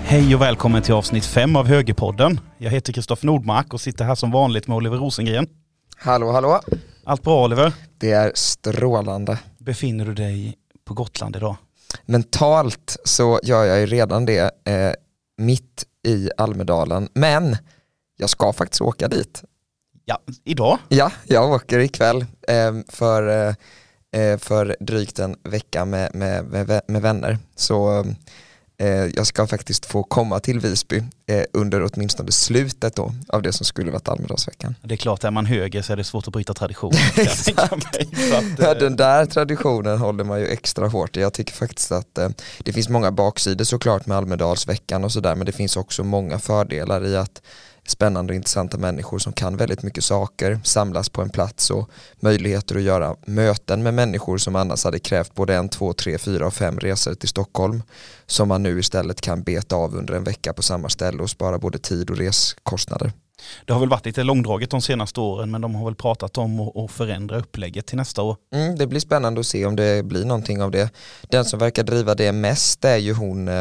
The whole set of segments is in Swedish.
Hej och välkommen till avsnitt 5 av Högerpodden. Jag heter Kristoffer Nordmark och sitter här som vanligt med Oliver Rosengren. Hallå, hallå. Allt bra, Oliver? Det är strålande. Befinner du dig på Gotland idag? Mentalt så gör jag ju redan det mitt i Almedalen. Men jag ska faktiskt åka dit. Ja, idag? Ja, jag åker ikväll för drygt en vecka med vänner. Så jag ska faktiskt få komma till Visby under åtminstone slutet då, av det som skulle varit Almedalsveckan. Det är klart, är man höger så är det svårt att bryta tradition. Ja, den där traditionen håller man ju extra hårt i. Jag tycker faktiskt att det finns många baksidor såklart med Almedalsveckan och sådär, men det finns också många fördelar i att spännande och intressanta människor som kan väldigt mycket saker samlas på en plats och möjligheter att göra möten med människor som annars hade krävt både 1, 2, 3, 4 och 5 resor till Stockholm, som man nu istället kan beta av under en vecka på samma ställe och spara både tid och reskostnader. Det har väl varit lite långdraget de senaste åren, men de har väl pratat om att förändra upplägget till nästa år. Det blir spännande att se om det blir någonting av det. Den som verkar driva det mest är ju hon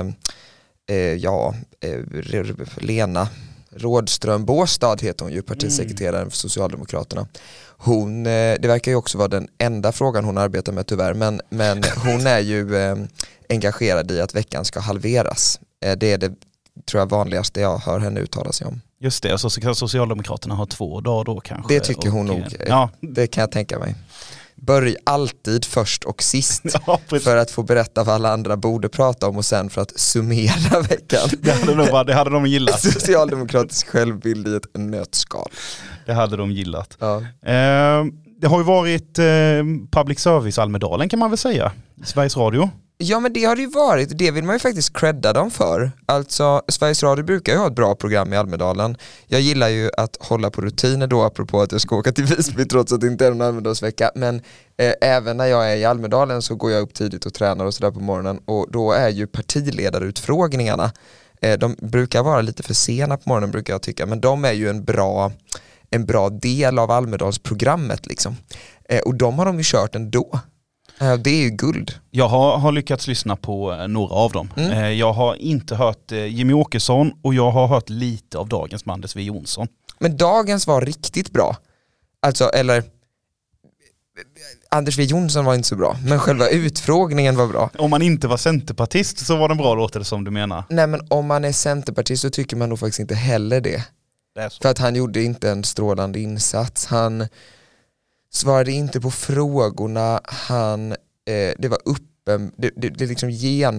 Lena Rådström Båstad heter hon ju, partisekreteraren för Socialdemokraterna. Det verkar ju också vara den enda frågan hon arbetar med tyvärr, men hon är ju engagerad i att veckan ska halveras. Det är det, tror jag, vanligaste jag hör henne uttala sig om. Just det, och så kan Socialdemokraterna ha 2 dagar då kanske. Det tycker hon nog, ja. Det kan jag tänka mig. Börj alltid först och sist ja, för att få berätta vad alla andra borde prata om och sen för att summera veckan. Det hade de gillat. Socialdemokratisk självbild i ett nötskal. Det hade de gillat. Ja. Det har ju varit public service Almedalen kan man väl säga. Sveriges Radio. Ja, men det har det ju varit. Det vill man ju faktiskt credda dem för. Alltså, Sveriges Radio brukar ju ha ett bra program i Almedalen. Jag gillar ju att hålla på rutiner då, apropå att jag ska åka till Visby trots att det inte är en Almedalsvecka. Men även när jag är i Almedalen så går jag upp tidigt och tränar och sådär på morgonen. Och då är ju partiledarutfrågningarna, de brukar vara lite för sena på morgonen brukar jag tycka. Men de är ju en bra del av Almedalsprogrammet liksom. Och de har de ju kört ändå. Det är ju guld. Jag har lyckats lyssna på några av dem. Jag har inte hört Jimmy Åkesson och jag har hört lite av dagens Anders W. Jonsson. Men dagens var riktigt bra. Alltså, eller Anders W. Jonsson var inte så bra, men själva utfrågningen var bra. Om man inte var centerpartist så var den bra, låter det som du menar. Nej, men om man är centerpartist så tycker man nog faktiskt inte heller det. Det är så. För att han gjorde inte en strålande insats. Han svarade inte på frågorna, det var öppen, det liksom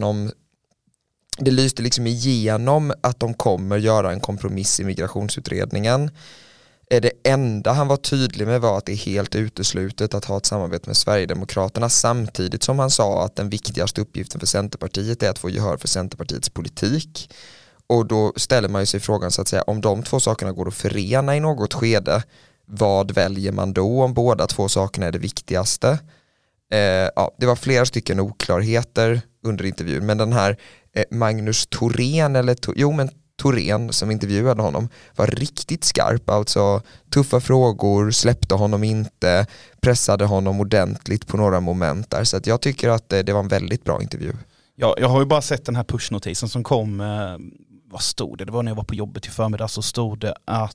det lyste liksom igenom att de kommer göra en kompromiss i migrationsutredningen. Det enda han var tydlig med var att det är helt uteslutet att ha ett samarbete med Sverigedemokraterna, samtidigt som han sa att den viktigaste uppgiften för Centerpartiet är att få gehör för Centerpartiets politik. Och då ställer man ju sig frågan så att säga, om de 2 sakerna går att förena i något skede, vad väljer man då om båda 2 sakerna är det viktigaste? Det var flera stycken oklarheter under intervjun, men den här Magnus Thorén Thorén som intervjuade honom var riktigt skarp, alltså tuffa frågor, släppte honom inte, pressade honom ordentligt på några moment där, så att jag tycker att det var en väldigt bra intervju. Ja, jag har ju bara sett den här pushnotisen som kom, vad stod det? Det var när jag var på jobbet i förmiddag, så stod det att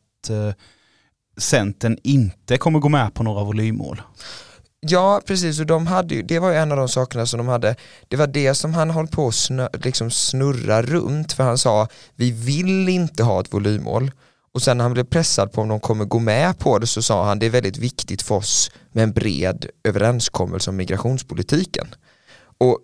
Centern inte kommer gå med på några volymmål. Ja, precis, och det var ju en av de sakerna som de hade. Det var det som han höll på att snurra runt, för han sa vi vill inte ha ett volymmål. Och sen när han blev pressad på om de kommer gå med på det, så sa han det är väldigt viktigt för oss med en bred överenskommelse om migrationspolitiken. Och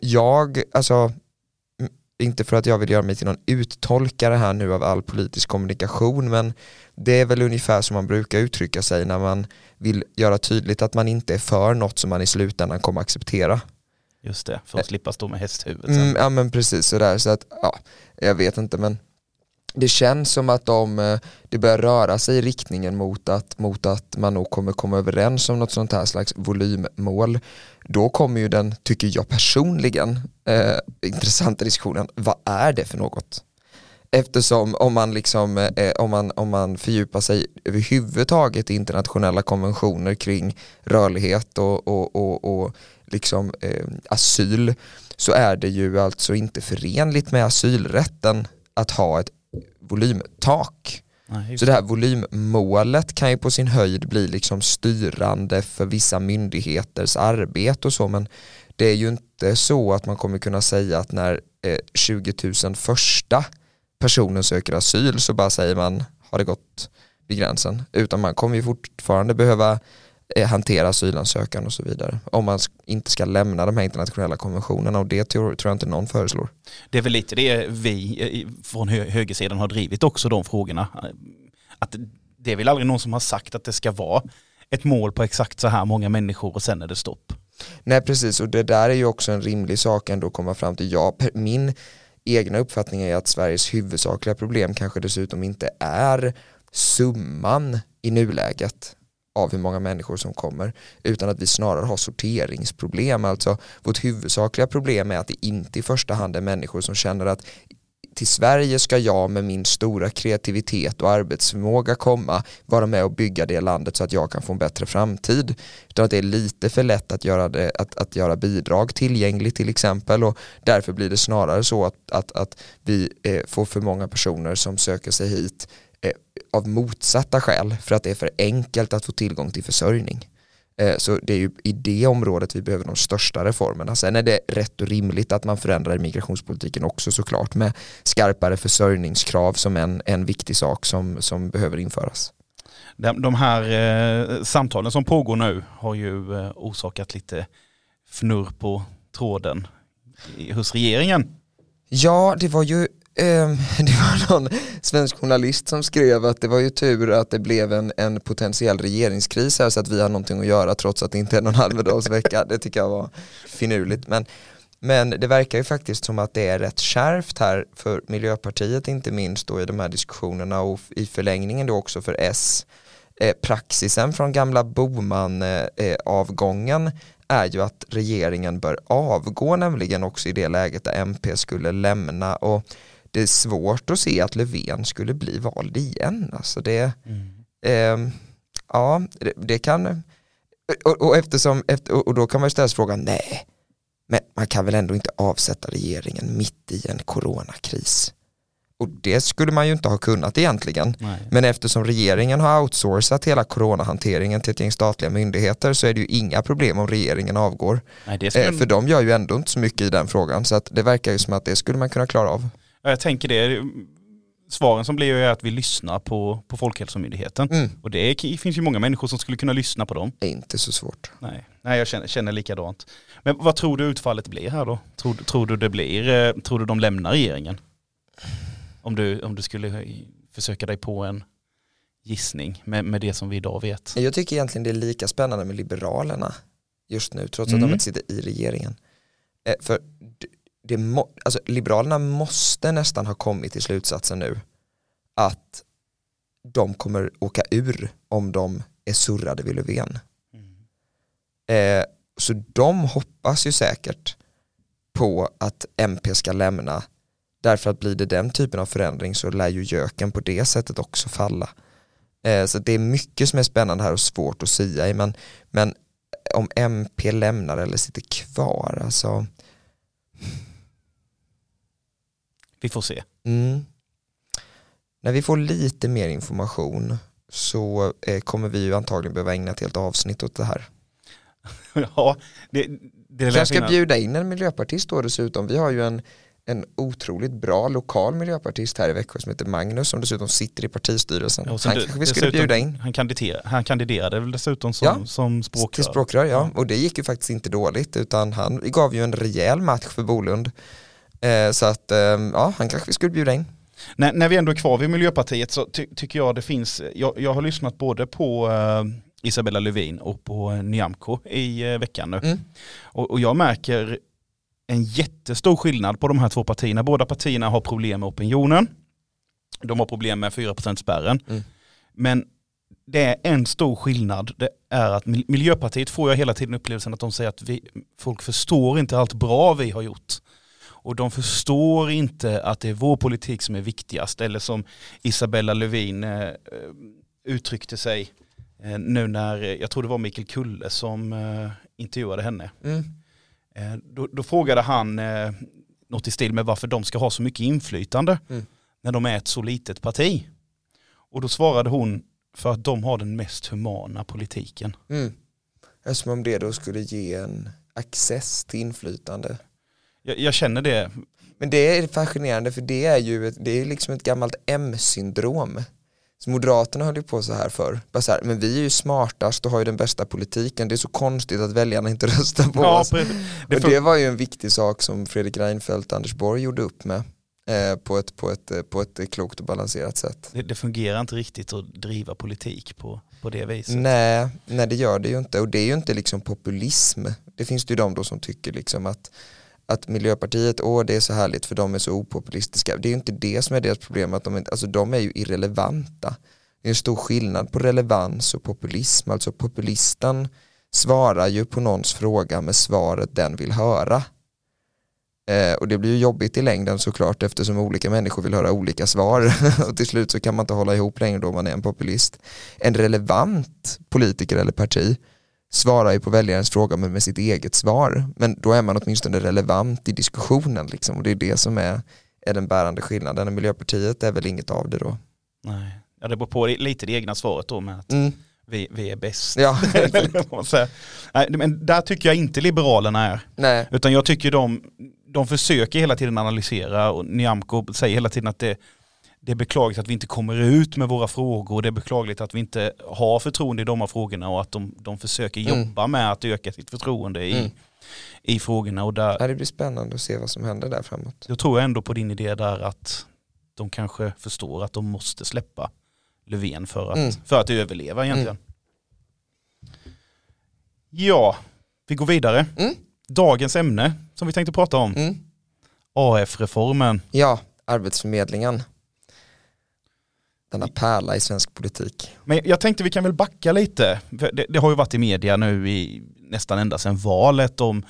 inte för att jag vill göra mig till någon uttolkare här nu av all politisk kommunikation, men det är väl ungefär som man brukar uttrycka sig när man vill göra tydligt att man inte är för något som man i slutändan kommer acceptera. Just det, för att slippa stå med hästhuvudet sen. Ja, men precis sådär, så att jag vet inte, men det känns som att det börjar röra sig i riktningen mot att man nog kommer komma överens om något sånt här slags volymmål. Då kommer ju den, tycker jag personligen, intressanta diskussionen, vad är det för något? Eftersom om man fördjupar sig överhuvudtaget i internationella konventioner kring rörlighet och asyl, så är det ju alltså inte förenligt med asylrätten att ha ett volymtak. Nej, så det här volymmålet kan ju på sin höjd bli liksom styrande för vissa myndigheters arbete och så, men det är ju inte så att man kommer kunna säga att när 20 000 första personen söker asyl så bara säger man har det gått vid gränsen, utan man kommer ju fortfarande behöva hantera asylansökan och så vidare om man inte ska lämna de här internationella konventionerna, och det tror jag inte någon föreslår. Det är väl lite det vi från högersidan har drivit också, de frågorna. Att det är väl aldrig någon som har sagt att det ska vara ett mål på exakt så här många människor och sen är det stopp. Nej, precis, och det där är ju också en rimlig sak ändå att komma fram till. Min egna uppfattning är att Sveriges huvudsakliga problem kanske dessutom inte är summan i nuläget av hur många människor som kommer, utan att vi snarare har sorteringsproblem. Alltså vårt huvudsakliga problem är att det inte i första hand är människor som känner att till Sverige ska jag med min stora kreativitet och arbetsförmåga vara med och bygga det landet så att jag kan få en bättre framtid, utan att det är lite för lätt att göra bidrag tillgängligt till exempel, och därför blir det snarare så att vi får för många personer som söker sig hit av motsatta skäl, för att det är för enkelt att få tillgång till försörjning. Så det är ju i det området vi behöver de största reformerna. Sen är det rätt och rimligt att man förändrar migrationspolitiken också, såklart, med skarpare försörjningskrav som en viktig sak som behöver införas. De här samtalen som pågår nu har ju orsakat lite fnurr på tråden hos regeringen. Ja, det var någon svensk journalist som skrev att det var ju tur att det blev en potentiell regeringskris här, så att vi har någonting att göra trots att det inte är någon halvdagsvecka. Det tycker jag var finurligt. Men det verkar ju faktiskt som att det är rätt kärvt här för Miljöpartiet, inte minst då i de här diskussionerna, och i förlängningen då också för S. Praxisen från gamla Boman-avgången är ju att regeringen bör avgå, nämligen också i det läget där MP skulle lämna, och det är svårt att se att Löfven skulle bli vald igen. Alltså det kan, och då kan man ju ställa sig frågan, nej, men man kan väl ändå inte avsätta regeringen mitt i en coronakris. Och det skulle man ju inte ha kunnat egentligen. Nej. Men eftersom regeringen har outsourcat hela coronahanteringen till ett gäng statliga myndigheter, så är det ju inga problem om regeringen avgår. Nej, för de gör ju ändå inte så mycket i den frågan, så att det verkar ju som att det skulle man kunna klara av. Jag tänker det. Svaren som blir ju att vi lyssnar på Folkhälsomyndigheten. Och det finns ju många människor som skulle kunna lyssna på dem. Det är inte så svårt. Nej, jag känner likadant. Men vad tror du utfallet blir här då? Tror du de lämnar regeringen? Om du skulle försöka dig på en gissning med det som vi idag vet. Jag tycker egentligen det är lika spännande med Liberalerna just nu, trots att de inte sitter i regeringen. För Liberalerna måste nästan ha kommit till slutsatsen nu att de kommer åka ur om de är surrade vid Löfven. Så de hoppas ju säkert på att MP ska lämna, därför att blir det den typen av förändring så lär ju göken på det sättet också falla. Så det är mycket som är spännande här och svårt att säga i, men om MP lämnar eller sitter kvar, alltså vi får se. När vi får lite mer information så kommer vi ju antagligen behöva ägna ett helt avsnitt åt det här. Ja, jag ska bjuda in en miljöpartist då dessutom. Vi har ju en otroligt bra lokal miljöpartist här i Växjö som heter Magnus, som dessutom sitter i partistyrelsen. Ja, han kanske vi skulle bjuda in. Han kandiderade väl dessutom som språkrör. Till språkrör, ja. Och det gick ju faktiskt inte dåligt, utan han gav ju en rejäl match för Bolund. Så att han kanske vi skulle bjuda in. När vi ändå är kvar vid Miljöpartiet så tycker jag det finns, jag har lyssnat både på Isabella Lövin och på Nyamko i veckan nu. Och jag märker en jättestor skillnad på de här två partierna. Båda partierna har problem med opinionen. De har problem med 4%-spärren. Men det är en stor skillnad. Det är att Miljöpartiet får jag hela tiden upplevelsen att de säger att folk förstår inte allt bra vi har gjort. Och de förstår inte att det är vår politik som är viktigast. Eller som Isabella Lövin uttryckte sig nu när, jag tror det var Mikael Kulle som intervjuade henne. Då frågade han något i stil med varför de ska ha så mycket inflytande. när de är ett så litet parti? Och då svarade hon för att de har den mest humana politiken. Som om det då skulle ge en access till inflytande. Jag känner det. Men det är fascinerande, för det är liksom ett gammalt M-syndrom. Så Moderaterna höll ju på så här för. Bara så här, men vi är ju smartast och har ju den bästa politiken. Det är så konstigt att väljarna inte röstar på oss. Och det var ju en viktig sak som Fredrik Reinfeldt och Anders Borg gjorde upp med. På ett klokt och balanserat sätt. Det fungerar inte riktigt att driva politik på det viset. Nej, det gör det ju inte. Och det är ju inte liksom populism. Det finns det ju de då som tycker liksom att Miljöpartiet, det är så härligt för de är så opopulistiska. Det är ju inte det som är deras problem. Att de är ju irrelevanta. Det är en stor skillnad på relevans och populism. Alltså populisten svarar ju på någons fråga med svaret den vill höra. Och det blir ju jobbigt i längden såklart, eftersom olika människor vill höra olika svar. Och till slut så kan man inte hålla ihop längre då man är en populist. En relevant politiker eller parti svarar ju på väljarens fråga med sitt eget svar. Men då är man åtminstone relevant i diskussionen liksom. Och det är det som är den bärande skillnaden. Och Miljöpartiet är väl inget av det då. Nej, det beror på lite det egna svaret då med att vi är bäst. Ja. Nej, men där tycker jag inte Liberalerna är. Nej. Utan jag tycker de försöker hela tiden analysera, och Nyamko säger hela tiden att det är beklagligt att vi inte kommer ut med våra frågor. Det är beklagligt att vi inte har förtroende i de här frågorna, och att de försöker jobba med att öka sitt förtroende i frågorna. Och där, det blir spännande att se vad som händer där framåt. Jag tror ändå på din idé där att de kanske förstår att de måste släppa Löfven för att överleva egentligen. Ja, vi går vidare. Dagens ämne som vi tänkte prata om. AF-reformen. Ja, Arbetsförmedlingen. Denna pärla i svensk politik. Men jag tänkte vi kan väl backa lite. Det har ju varit i media nu i nästan ända sedan valet om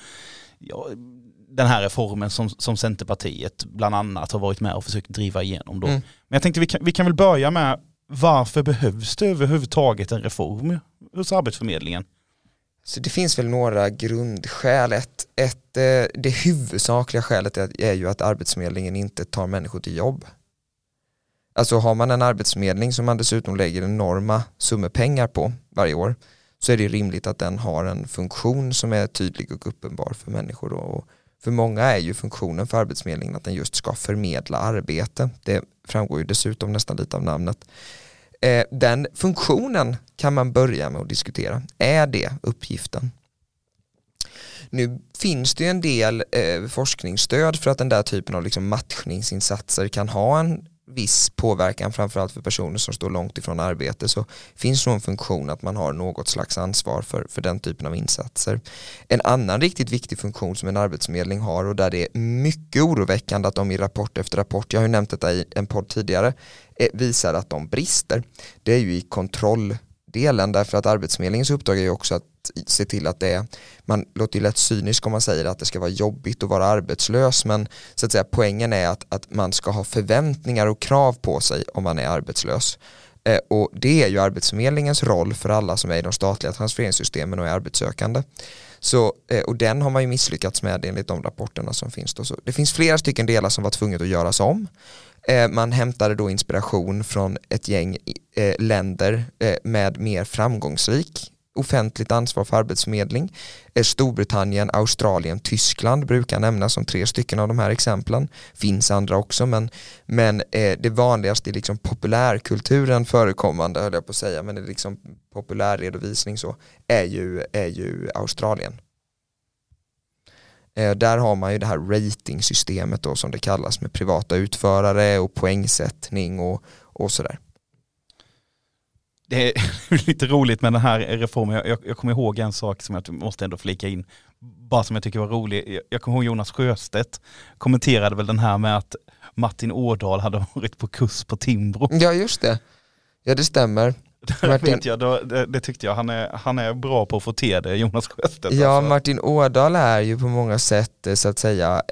den här reformen som Centerpartiet bland annat har varit med och försökt driva igenom då. Men jag tänkte vi kan väl börja med, varför behövs det överhuvudtaget en reform hos Arbetsförmedlingen? Så det finns väl några grundskäl. Det huvudsakliga skälet är ju att Arbetsförmedlingen inte tar människor till jobb. Alltså har man en arbetsförmedling som man dessutom lägger enorma summor pengar på varje år, så är det rimligt att den har en funktion som är tydlig och uppenbar för människor. Och för många är ju funktionen för Arbetsförmedlingen att den just ska förmedla arbete. Det framgår ju dessutom nästan lite av namnet. Den funktionen kan man börja med att diskutera. Är det uppgiften? Nu finns det ju en del forskningsstöd för att den där typen av liksom matchningsinsatser kan ha en viss påverkan, framförallt för personer som står långt ifrån arbete. Så finns det någon funktion att man har något slags ansvar för den typen av insatser. En annan riktigt viktig funktion som en arbetsförmedling har, och där det är mycket oroväckande att de i rapport efter rapport, jag har ju nämnt detta i en podd tidigare, visar att de brister. Det är ju i kontrolldelen, därför att Arbetsförmedlingens uppdrag är ju också att se till att man låter ju lätt cynisk om man säger att det ska vara jobbigt att vara arbetslös, men så att säga poängen är att man ska ha förväntningar och krav på sig om man är arbetslös. Och det är ju Arbetsförmedlingens roll för alla som är i de statliga transfereringssystemen och är arbetssökande. Så, och den har man ju misslyckats med enligt de rapporterna som finns då. Så det finns flera stycken delar som var tvunget att göras om. Man hämtade då inspiration från ett gäng länder med mer framgångsrik offentligt ansvar för arbetsförmedling. Storbritannien, Australien, Tyskland brukar nämnas som 3 stycken av de här exemplen. Finns andra också, men det vanligaste i liksom populärkulturen förekommande, höll jag på att säga, men det är liksom populärredovisning så, är ju Australien. Där har man ju det här ratingsystemet då, som det kallas, med privata utförare och poängsättning och sådär. Det är lite roligt med den här reformen. Jag kommer ihåg en sak som jag måste ändå flika in, bara som jag tycker var rolig. Jag kommer ihåg Jonas Sjöstedt kommenterade väl den här med att Martin Ådahl hade varit på kurs på Timbro. Ja, just det. Ja, det stämmer. Det tyckte jag. Han är bra på att få till det, Jonas Sjöstedt. Ja, alltså. Martin Ådahl är ju på många sätt så att säga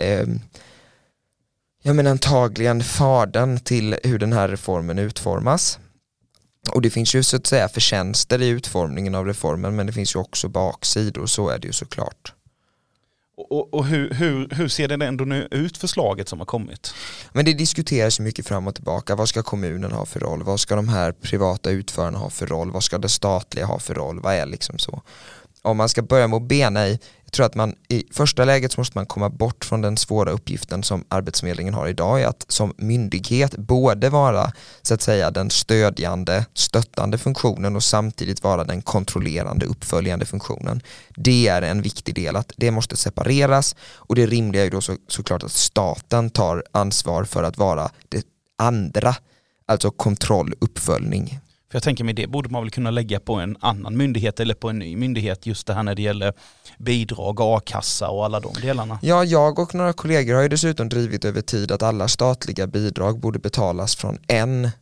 antagligen fadern till hur den här reformen utformas. Och det finns ju så att säga förtjänster i utformningen av reformen, men det finns ju också baksidor, så är det ju såklart. Och hur ser det ändå nu ut, förslaget som har kommit? Men det diskuteras så mycket fram och tillbaka. Vad ska kommunen ha för roll? Vad ska de här privata utförarna ha för roll? Vad ska det statliga ha för roll? Vad är liksom så? Om man ska börja med att bena i, jag tror att man i första läget så måste man komma bort från den svåra uppgiften som Arbetsförmedlingen har idag, är att som myndighet både vara så att säga den stöttande funktionen och samtidigt vara den kontrollerande, uppföljande funktionen. Det är en viktig del, att det måste separeras, och det rimliga är ju då såklart att staten tar ansvar för att vara det andra, alltså kontroll, uppföljning. För jag tänker mig, det borde man väl kunna lägga på en annan myndighet eller på en ny myndighet, just det här när det gäller bidrag, a-kassa och alla de delarna. Ja, jag och några kollegor har ju dessutom drivit över tid att alla statliga bidrag borde betalas från en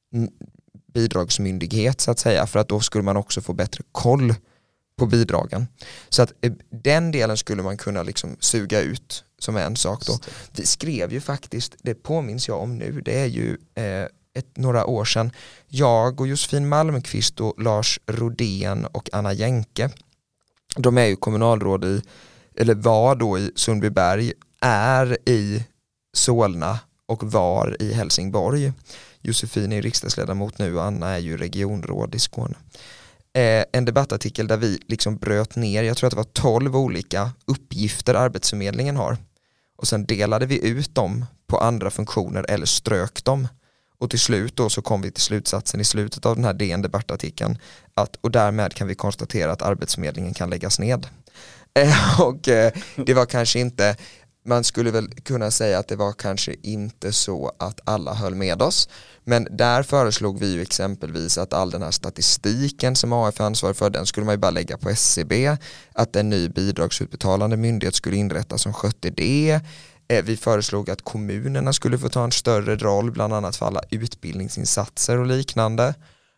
bidragsmyndighet så att säga, för att då skulle man också få bättre koll på bidragen. Så att den delen skulle man kunna liksom suga ut som en sak då. Vi skrev ju faktiskt, det påminns jag om nu, det är ju några år sedan, jag och Josefin Malmqvist och Lars Rodén och Anna Jänke, de är ju kommunalråd i, eller var då i Sundbyberg, är i Solna och var i Helsingborg. Josefin är riksdagsledamot nu och Anna är ju regionråd i Skåne. En debattartikel där vi liksom bröt ner, jag tror att det var 12 olika uppgifter Arbetsförmedlingen har, och sen delade vi ut dem på andra funktioner eller strök dem. Och till slut då så kom vi till slutsatsen i slutet av den här DN-debattartikeln att, och därmed kan vi konstatera att Arbetsförmedlingen kan läggas ned. Och det var kanske inte, man skulle väl kunna säga att det var kanske inte så att alla höll med oss, men där föreslog vi ju exempelvis att all den här statistiken som AF är ansvarig för, den skulle man ju bara lägga på SCB, att en ny bidragsutbetalande myndighet skulle inrättas som skötte det. Vi föreslog att kommunerna skulle få ta en större roll, bland annat för alla utbildningsinsatser och liknande.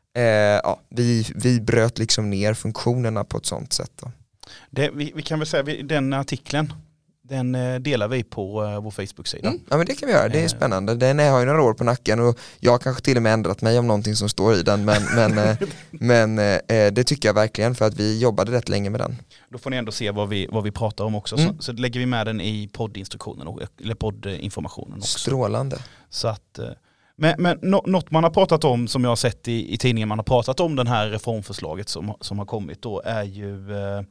Vi bröt liksom ner funktionerna på ett sånt sätt då. Vi kan väl säga, den artikeln, den delar vi på vår Facebook-sida. Ja, men det kan vi göra, det är spännande. Den har ju några år på nacken och jag har kanske till och med ändrat mig om någonting som står i den, men det tycker jag verkligen, för att vi jobbade rätt länge med den. Då får ni ändå se vad vi pratar om också. Så lägger vi med den i poddinstruktionen eller poddinformationen också. Strålande. Så att, men något man har pratat om, som jag har sett i tidningen, man har pratat om den här reformförslaget som har kommit då, är ju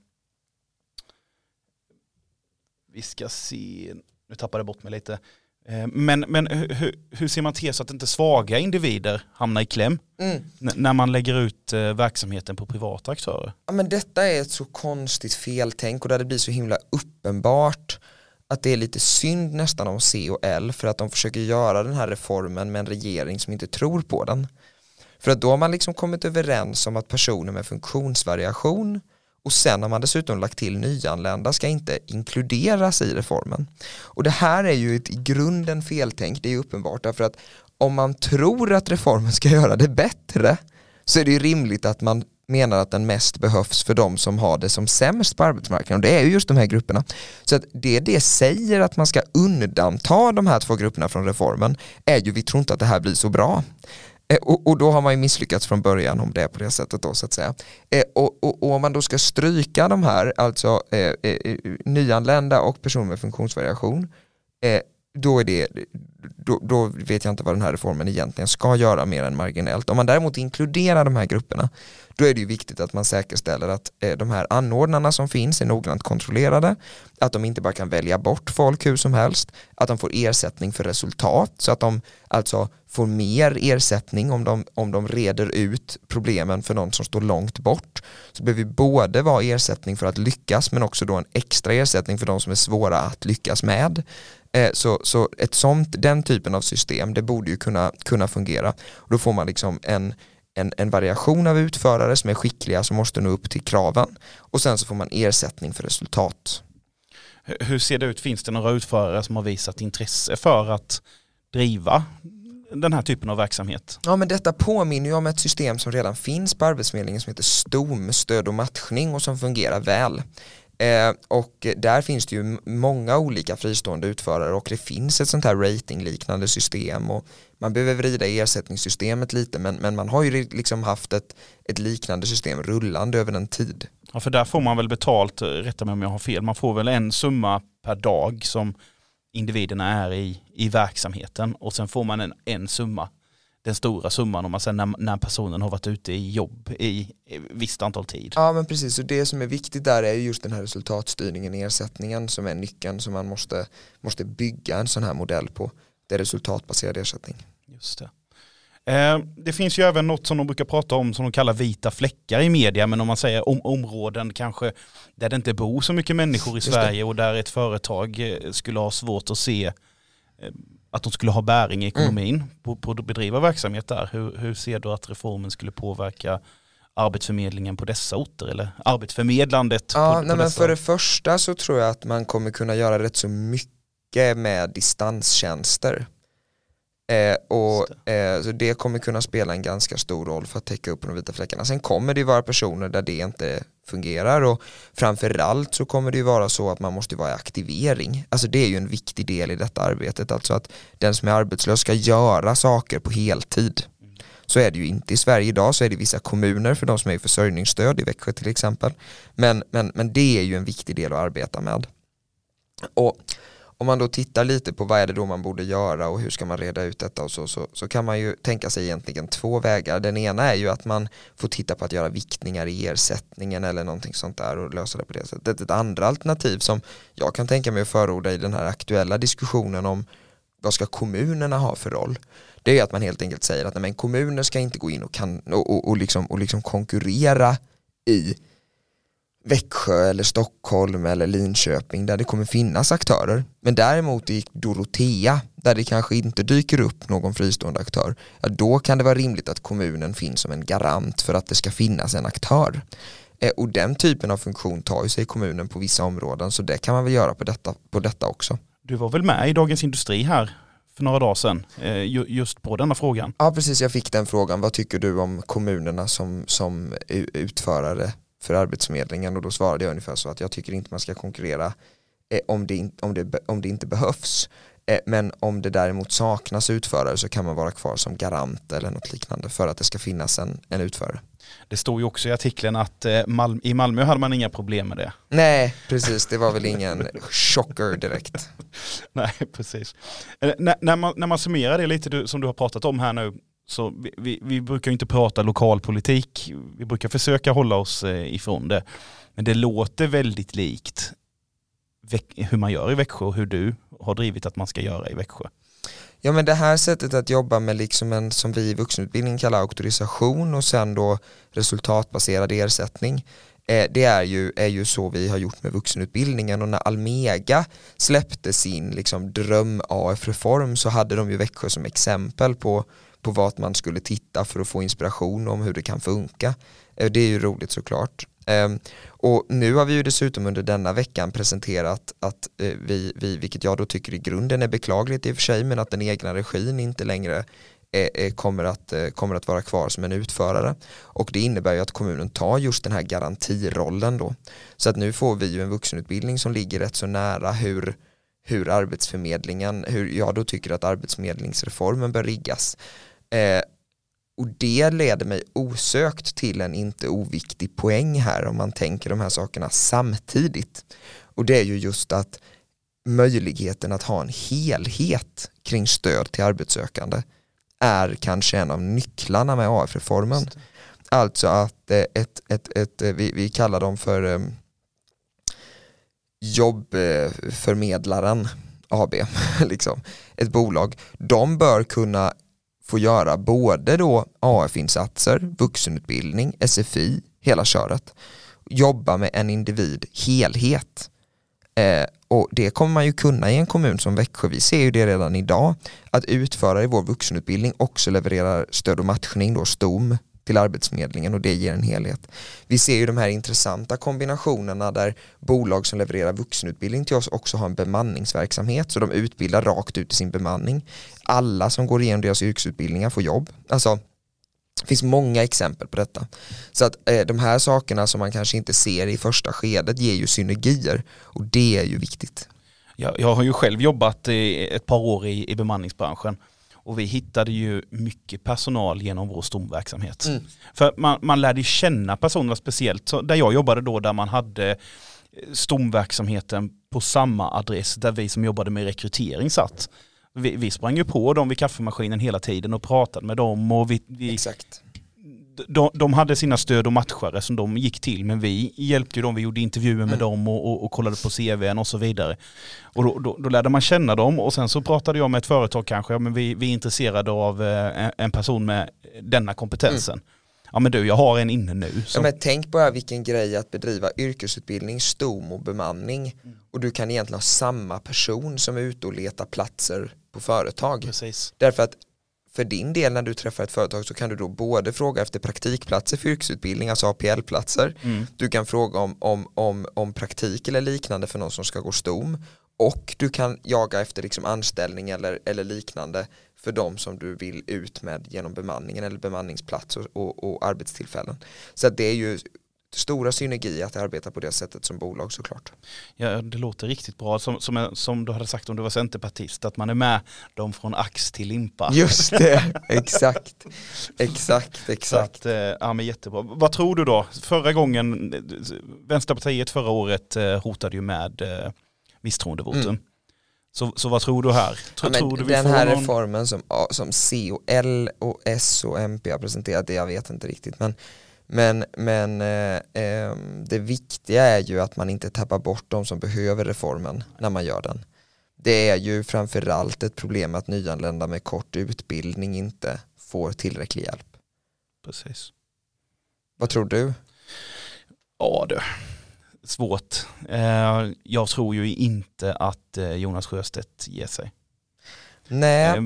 vi ska se, nu tappade jag bort mig lite. Men hur ser man till så att inte svaga individer hamnar i kläm när man lägger ut verksamheten på privata aktörer? Ja, men detta är ett så konstigt feltänk, och där det blir så himla uppenbart att det är lite synd nästan om C och L, för att de försöker göra den här reformen med en regering som inte tror på den. För att då har man liksom kommit överens om att personer med funktionsvariation, och sen har man dessutom lagt till nyanlända, ska inte inkluderas i reformen. Och det här är ju ett i grunden feltänk, det är uppenbart, därför att om man tror att reformen ska göra det bättre, så är det ju rimligt att man menar att den mest behövs för de som har det som sämst på arbetsmarknaden, och det är ju just de här grupperna. Så att det säger att man ska undanta de här två grupperna från reformen, är ju, vi tror inte att det här blir så bra. Och då har man ju misslyckats från början om det är på det sättet då, så att säga. Och om man då ska stryka de här, alltså nyanlända och personer med funktionsvariation, då vet jag inte vad den här reformen egentligen ska göra mer än marginellt. Om man däremot inkluderar de här grupperna, då är det ju viktigt att man säkerställer att de här anordnarna som finns är noggrant kontrollerade, att de inte bara kan välja bort folk hur som helst, att de får ersättning för resultat, så att de alltså får mer ersättning om de reder ut problemen för någon som står långt bort. Så behöver vi både vara ersättning för att lyckas, men också då en extra ersättning för de som är svåra att lyckas med. Så den typen av system, det borde ju kunna fungera. Och då får man liksom en variation av utförare som är skickliga, som måste nå upp till kraven, och sen så får man ersättning för resultat. Hur ser det ut? Finns det några utförare som har visat intresse för att driva den här typen av verksamhet? Ja, men detta påminner ju om ett system som redan finns på Arbetsförmedlingen som heter STOM, stöd och matchning, och som fungerar väl. Och där finns det ju många olika fristående utförare, och det finns ett sånt här ratingliknande system, och man behöver vrida ersättningssystemet lite, men man har ju liksom haft ett liknande system rullande över en tid. Ja, för där får man väl betalt, rätta mig om jag har fel, man får väl en summa per dag som individerna är i verksamheten, och sen får man en summa, den stora summan om man sen när personen har varit ute i jobb i visst antal tid. Ja, men precis, och det som är viktigt där är just den här resultatstyrningen, ersättningen, som är nyckeln som man måste bygga en sån här modell på. Det är resultatbaserad ersättning. Just det. Det finns ju även något som de brukar prata om som de kallar vita fläckar i media, men om man säger områden kanske där det inte bor så mycket människor i Sverige och där ett företag skulle ha svårt att se att de skulle ha bäring i ekonomin på att bedriva verksamhet där. Hur ser du att reformen skulle påverka arbetsförmedlingen på dessa orter, eller arbetsförmedlandet på men dessa? För det första så tror jag att man kommer kunna göra rätt så mycket med distanstjänster. Så det kommer kunna spela en ganska stor roll för att täcka upp de vita fläckarna. Sen kommer det ju vara personer där det inte fungerar, och framförallt så kommer det ju vara så att man måste vara i aktivering. Alltså det är ju en viktig del i detta arbetet, alltså att den som är arbetslös ska göra saker på heltid. Så är det ju inte i Sverige idag, så är det vissa kommuner för de som är i försörjningsstöd, i Växjö till exempel. Men det är ju en viktig del att arbeta med. Och om man då tittar lite på vad är det då man borde göra och hur ska man reda ut detta och så kan man ju tänka sig egentligen två vägar. Den ena är ju att man får titta på att göra viktningar i ersättningen eller någonting sånt där och lösa det på det sättet. Ett andra alternativ som jag kan tänka mig att förorda i den här aktuella diskussionen om vad ska kommunerna ha för roll, det är att man helt enkelt säger att men kommuner ska inte gå in och liksom konkurrera i Växjö eller Stockholm eller Linköping där det kommer finnas aktörer. Men däremot i Dorotea där det kanske inte dyker upp någon fristående aktör, ja, då kan det vara rimligt att kommunen finns som en garant för att det ska finnas en aktör. Och den typen av funktion tar ju sig kommunen på vissa områden, så det kan man väl göra på detta också. Du var väl med i Dagens Industri här för några dagar sedan just på denna frågan? Ja, precis, jag fick den frågan. Vad tycker du om kommunerna som utförare för arbetsförmedlingen? Och då svarade jag ungefär så att jag tycker inte man ska konkurrera om det inte behövs. Men om det däremot saknas utförare så kan man vara kvar som garant eller något liknande för att det ska finnas en utförare. Det står ju också i artikeln att i Malmö hade man inga problem med det. Nej, precis. Det var väl ingen chocker direkt. Nej, precis. När man summerar det lite som du har pratat om här nu, så vi brukar ju inte prata lokalpolitik. Vi brukar försöka hålla oss ifrån det. Men det låter väldigt likt hur man gör i Växjö och hur du har drivit att man ska göra i Växjö. Ja, men det här sättet att jobba med liksom som vi i vuxenutbildning kallar auktorisation och sen då resultatbaserad ersättning, det är ju så vi har gjort med vuxenutbildningen. Och när Almega släppte sin liksom dröm AF-reform så hade de ju Växjö som exempel på vad man skulle titta för att få inspiration om hur det kan funka. Det är ju roligt såklart. Och nu har vi ju dessutom under denna veckan presenterat att vi, vilket jag då tycker i grunden är beklagligt i och för sig, men att den egna regin inte längre kommer att vara kvar som en utförare. Och det innebär ju att kommunen tar just den här garantirollen då. Så att nu får vi ju en vuxenutbildning som ligger rätt så nära hur arbetsförmedlingen, hur jag då tycker att arbetsförmedlingsreformen bör riggas. Och det leder mig osökt till en inte oviktig poäng här om man tänker de här sakerna samtidigt. Och det är ju just att möjligheten att ha en helhet kring stöd till arbetssökande är kanske en av nycklarna med AF-reformen. Alltså att vi kallar dem för jobbförmedlaren AB, liksom, ett bolag. De bör kunna få göra både då AF-insatser, vuxenutbildning, SFI, hela köret. Jobba med en individ helhet. Och det kommer man ju kunna i en kommun som Växjö. Vi ser ju det redan idag. Att utföra i vår vuxenutbildning också levererar stöd och matchning, då STOM, till arbetsförmedlingen, och det ger en helhet. Vi ser ju de här intressanta kombinationerna där bolag som levererar vuxenutbildning till oss också har en bemanningsverksamhet, så de utbildar rakt ut i sin bemanning. Alla som går igenom deras yrkesutbildningar får jobb. Alltså, det finns många exempel på detta. Så att de här sakerna som man kanske inte ser i första skedet ger ju synergier, och det är ju viktigt. Jag har ju själv jobbat ett par år i bemanningsbranschen. Och vi hittade ju mycket personal genom vår stomverksamhet. För man lärde känna personerna, speciellt där jag jobbade då, där man hade stomverksamheten på samma adress där vi som jobbade med rekrytering satt. Vi sprang ju på dem vid kaffemaskinen hela tiden och pratade med dem. Och Exakt. De hade sina stöd och matchare som de gick till, men vi hjälpte ju dem, vi gjorde intervjuer med dem och kollade på CV:n och så vidare. Och då lärde man känna dem, och sen så pratade jag med ett företag kanske, men vi är intresserade av en person med denna kompetensen. Ja men du, jag har en inne nu. Så. Ja, men tänk bara vilken grej att bedriva yrkesutbildning, stom och bemanning. Och du kan egentligen ha samma person som är ute och letar platser på företag. Precis. Därför att för din del när du träffar ett företag så kan du då både fråga efter praktikplatser för yrkesutbildning, alltså APL-platser. Du kan fråga om praktik eller liknande för någon som ska gå stom. Och du kan jaga efter liksom anställning eller liknande för de som du vill ut med genom bemanningen eller bemanningsplats och arbetstillfällen. Så att det är ju stora synergier att arbeta på det sättet som bolag såklart. Ja, det låter riktigt bra. Som du hade sagt om du var centerpartist, att man är med dem från ax till limpa. Just det, exakt. Så att, ja, men jättebra. Vad tror du då? Förra gången, Vänsterpartiet förra året hotade ju med misstroendevotum. Så vad tror du här? Tror du den här reformen som C och L och S och MP har presenterat, det jag vet inte riktigt, men det viktiga är ju att man inte tappar bort de som behöver reformen när man gör den. Det är ju framförallt ett problem att nyanlända med kort utbildning inte får tillräcklig hjälp. Precis. Vad tror du? Ja du, svårt. Jag tror ju inte att Jonas Sjöstedt ger sig. Nej.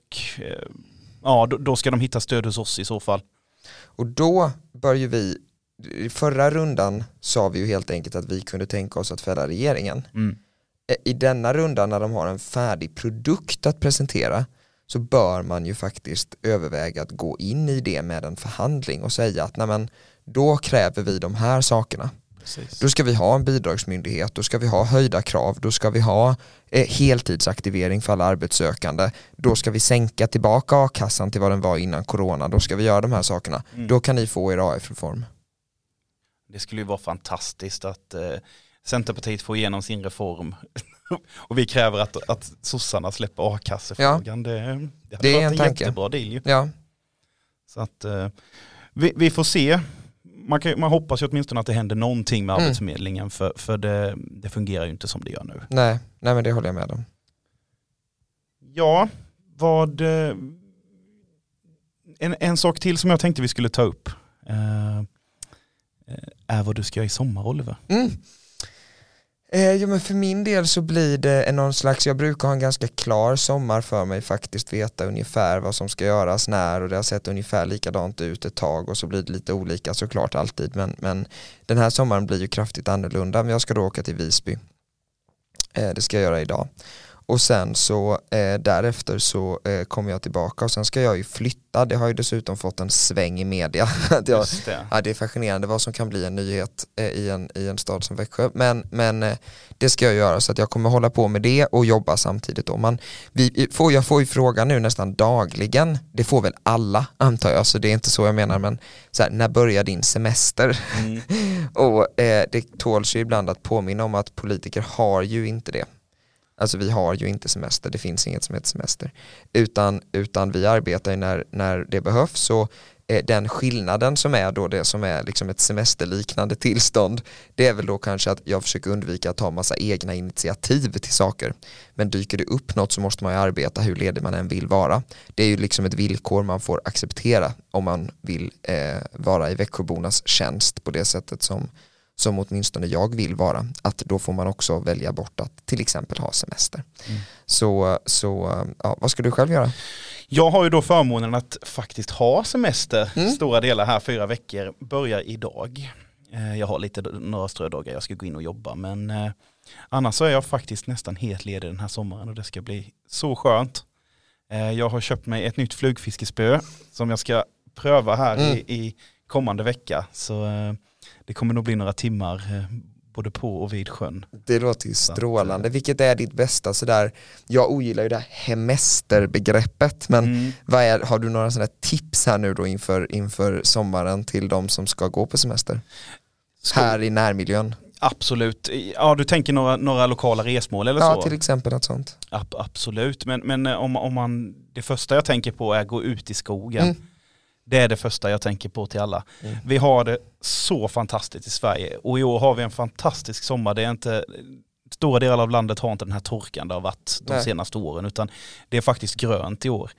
Ja, då ska de hitta stöd hos oss i så fall. Och då bör ju vi, i förra rundan sa vi ju helt enkelt att vi kunde tänka oss att fälla regeringen. I denna runda när de har en färdig produkt att presentera så bör man ju faktiskt överväga att gå in i det med en förhandling och säga att nej men, då kräver vi de här sakerna. Precis. Då ska vi ha en bidragsmyndighet, då ska vi ha höjda krav, då ska vi ha heltidsaktivering för alla arbetssökande, då ska vi sänka tillbaka a-kassan till vad den var innan corona, då ska vi göra de här sakerna. Då kan ni få er AF-reform. Det skulle ju vara fantastiskt att Centerpartiet får igenom sin reform och vi kräver att sossarna släpper a-kassefrågan. Ja. Det är en jättebra deal ju. Ja. Så att vi får se. Man hoppas ju åtminstone att det händer någonting med Arbetsförmedlingen för det fungerar ju inte som det gör nu. Nej men det håller jag med om. Ja, en sak till som jag tänkte vi skulle ta upp är vad du ska göra i sommar, Oliver. Ja, men för min del så blir det någon slags, jag brukar ha en ganska klar sommar för mig, faktiskt veta ungefär vad som ska göras när, och det har sett ungefär likadant ut ett tag och så blir det lite olika såklart alltid, men den här sommaren blir ju kraftigt annorlunda. Men jag ska då åka till Visby, det ska jag göra idag. Och sen så därefter så kommer jag tillbaka och sen ska jag ju flytta. Det har ju dessutom fått en sväng i media. Det är fascinerande vad som kan bli en nyhet i en stad som Växjö. Men det ska jag göra, så att jag kommer hålla på med det och jobba samtidigt då. Jag får ju frågan nu nästan dagligen. Det får väl alla, antar jag, så det är inte så jag menar. Men så här, när börjar din semester? Och det tåls ju ibland att påminna om att politiker har ju inte det. Alltså vi har ju inte semester, det finns inget som heter semester. Utan vi arbetar när det behövs. Så den skillnaden som är då det som är liksom ett semesterliknande tillstånd, det är väl då kanske att jag försöker undvika att ta massa egna initiativ till saker. Men dyker det upp något så måste man ju arbeta hur ledig man än vill vara. Det är ju liksom ett villkor man får acceptera om man vill vara i Växjöbornas tjänst på det sättet som åtminstone jag vill vara, att då får man också välja bort att till exempel ha semester. Så ja, vad ska du själv göra? Jag har ju då förmånen att faktiskt ha semester stora delar här, 4 veckor, börjar idag. Jag har några strödagar jag ska gå in och jobba, men annars så är jag faktiskt nästan helt ledig den här sommaren och det ska bli så skönt. Jag har köpt mig ett nytt flugfiskespö som jag ska pröva här i kommande vecka, så det kommer nog bli några timmar både på och vid sjön. Det låter ju strålande. Vilket är ditt bästa sådär? Jag ogillar ju det här hemesterbegreppet, men har du några sådana tips här nu då inför sommaren till de som ska gå på semester? Här i närmiljön. Absolut. Ja, du tänker några lokala resmål eller så? Ja, till exempel något sånt. Absolut. Men om man, det första jag tänker på är gå ut i skogen. Det är det första jag tänker på till alla. Vi har det så fantastiskt i Sverige. Och i år har vi en fantastisk sommar. Det är inte, stora delar av landet har inte den här torkan det har varit de senaste åren. Utan det är faktiskt grönt i år.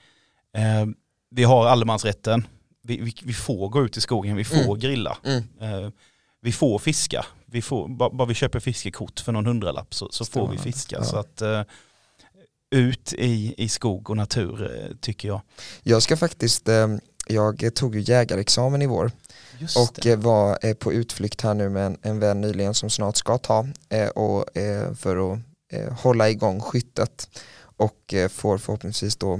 Vi har allemansrätten. Vi får gå ut i skogen. Vi får grilla. Vi får fiska. Bara vi köper fiskekort för någon 100-lapp så får vi fiska. Ja. Så att ut i skog och natur tycker jag. Jag ska faktiskt... Jag tog ju jägarexamen i vår och var på utflykt här nu med en vän nyligen som snart ska ta för att hålla igång skyttet och får förhoppningsvis då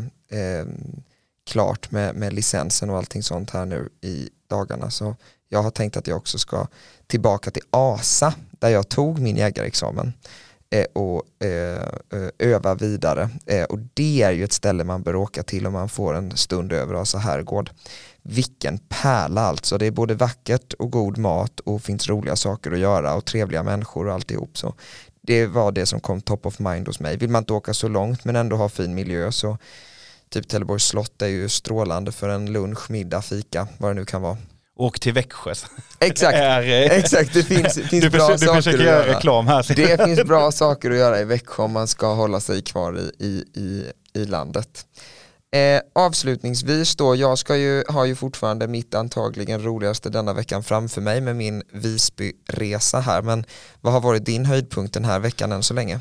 klart med licensen och allting sånt här nu i dagarna. Så jag har tänkt att jag också ska tillbaka till Asa där jag tog min jägarexamen och öva vidare. Och det är ju ett ställe man bör åka till om man får en stund över Asa herrgård. Vilken pärla alltså. Det är både vackert och god mat och finns roliga saker att göra och trevliga människor och alltihop. Så det var det som kom top of mind hos mig. Vill man inte åka så långt men ändå ha fin miljö så typ Trelleborgs slott är ju strålande för en lunch, middag, fika, vad det nu kan vara. Och till Växjö. Exakt, exakt. Det finns bra saker att göra. Reklam här. Det finns bra saker att göra i Växjö om man ska hålla sig kvar i landet. Avslutningsvis då, jag har ju fortfarande mitt antagligen roligaste denna veckan framför mig med min Visby-resa här. Men vad har varit din höjdpunkt den här veckan än så länge?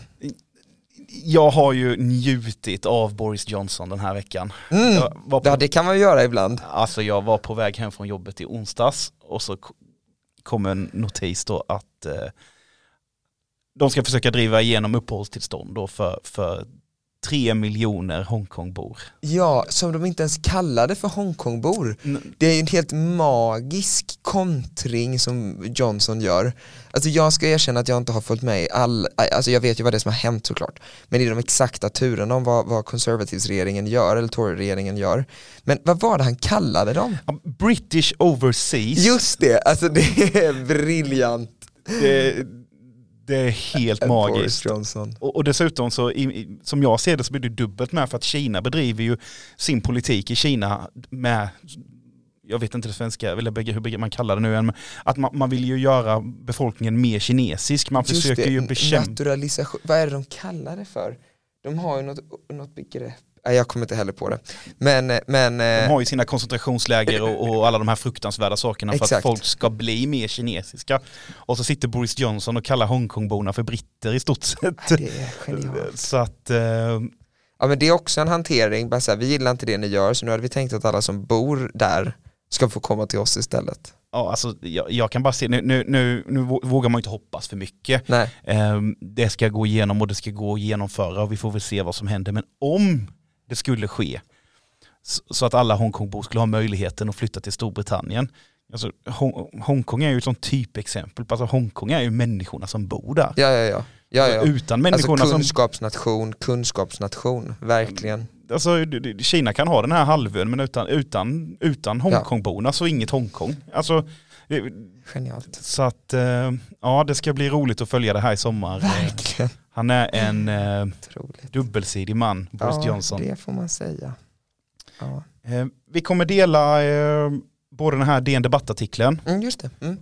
Jag har ju njutit av Boris Johnson den här veckan. Ja, det kan man ju göra ibland. Alltså jag var på väg hem från jobbet i onsdags och så kom en notis då att de ska försöka driva igenom uppehållstillstånd då för 3 miljoner Hongkongbor. Ja, som de inte ens kallade för Hongkongbor. Det är en helt magisk kontring som Johnson gör. Alltså jag ska erkänna att jag inte har följt med i alltså jag vet ju vad det är som har hänt såklart. Men i de exakta turerna om vad Conservatives-regeringen gör eller Tory-regeringen gör. Men vad var det han kallade dem? British Overseas. Just det, alltså det är briljant. Det är helt magiskt. Och dessutom så som jag ser det så blir det dubbelt med för att Kina bedriver ju sin politik i Kina med, jag vet inte det svenska eller hur man kallar det nu, men att man vill ju göra befolkningen mer kinesisk. Man just försöker det, ju bekämpa. Naturalisation, vad är det de kallar det för? De har ju något begrepp. Jag kommer inte heller på det. Men de har ju sina koncentrationsläger och alla de här fruktansvärda sakerna för att folk ska bli mer kinesiska. Och så sitter Boris Johnson och kallar Hongkongborna för britter i stort sett. Det är genialt. Så att ja, men det är också en hantering. Bara så här, vi gillar inte det ni gör, så nu hade vi tänkt att alla som bor där ska få komma till oss istället. Ja, alltså jag kan bara se, nu vågar man inte hoppas för mycket. Nej. Det ska gå igenom och det ska gå att genomföra och vi får väl se vad som händer. Men om det skulle ske så att alla Hongkongbor skulle ha möjligheten att flytta till Storbritannien. Alltså, Hongkong är ju ett sånt typexempel. Alltså, Hongkong är ju människorna som bor där. Ja. Utan människorna alltså, kunskapsnation, verkligen. Alltså, Kina kan ha den här halvön men utan Hongkongborna så inget Hongkong. Alltså, genialt. Så att ja, det ska bli roligt att följa det här i sommar. Verkligen. Han är en dubbelsidig man, Boris Johnson. Ja, det får man säga. Ja. Vi kommer dela både den här DN Debattartikeln just det.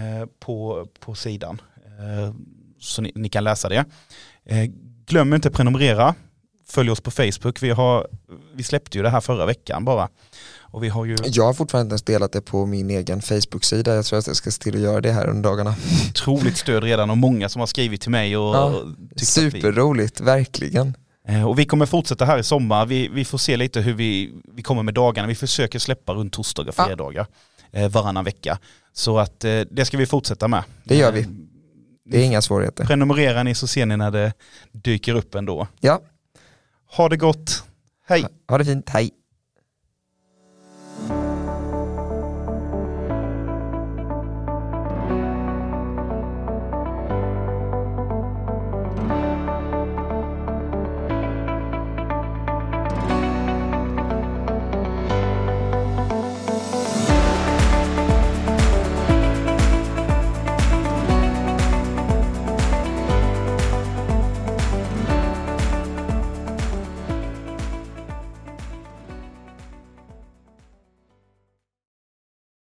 på sidan. Så ni kan läsa det. Glöm inte att prenumerera. Följ oss på Facebook. Vi släppte ju det här förra veckan bara. Och vi har ju... Jag har fortfarande inte ens delat det på min egen Facebook-sida. Jag tror att jag ska se till att göra det här under dagarna. Otroligt stöd redan och många som har skrivit till mig. Superroligt, verkligen. Och vi kommer fortsätta här i sommar. Vi får se lite hur vi kommer med dagarna. Vi försöker släppa runt torsdagar och fredagar varannan vecka. Så att det ska vi fortsätta med. Det gör vi. Det är inga svårigheter. Prenumererar ni så ser ni när det dyker upp ändå. Ja. Ha det gott. Hej. Ha det fint. Hej.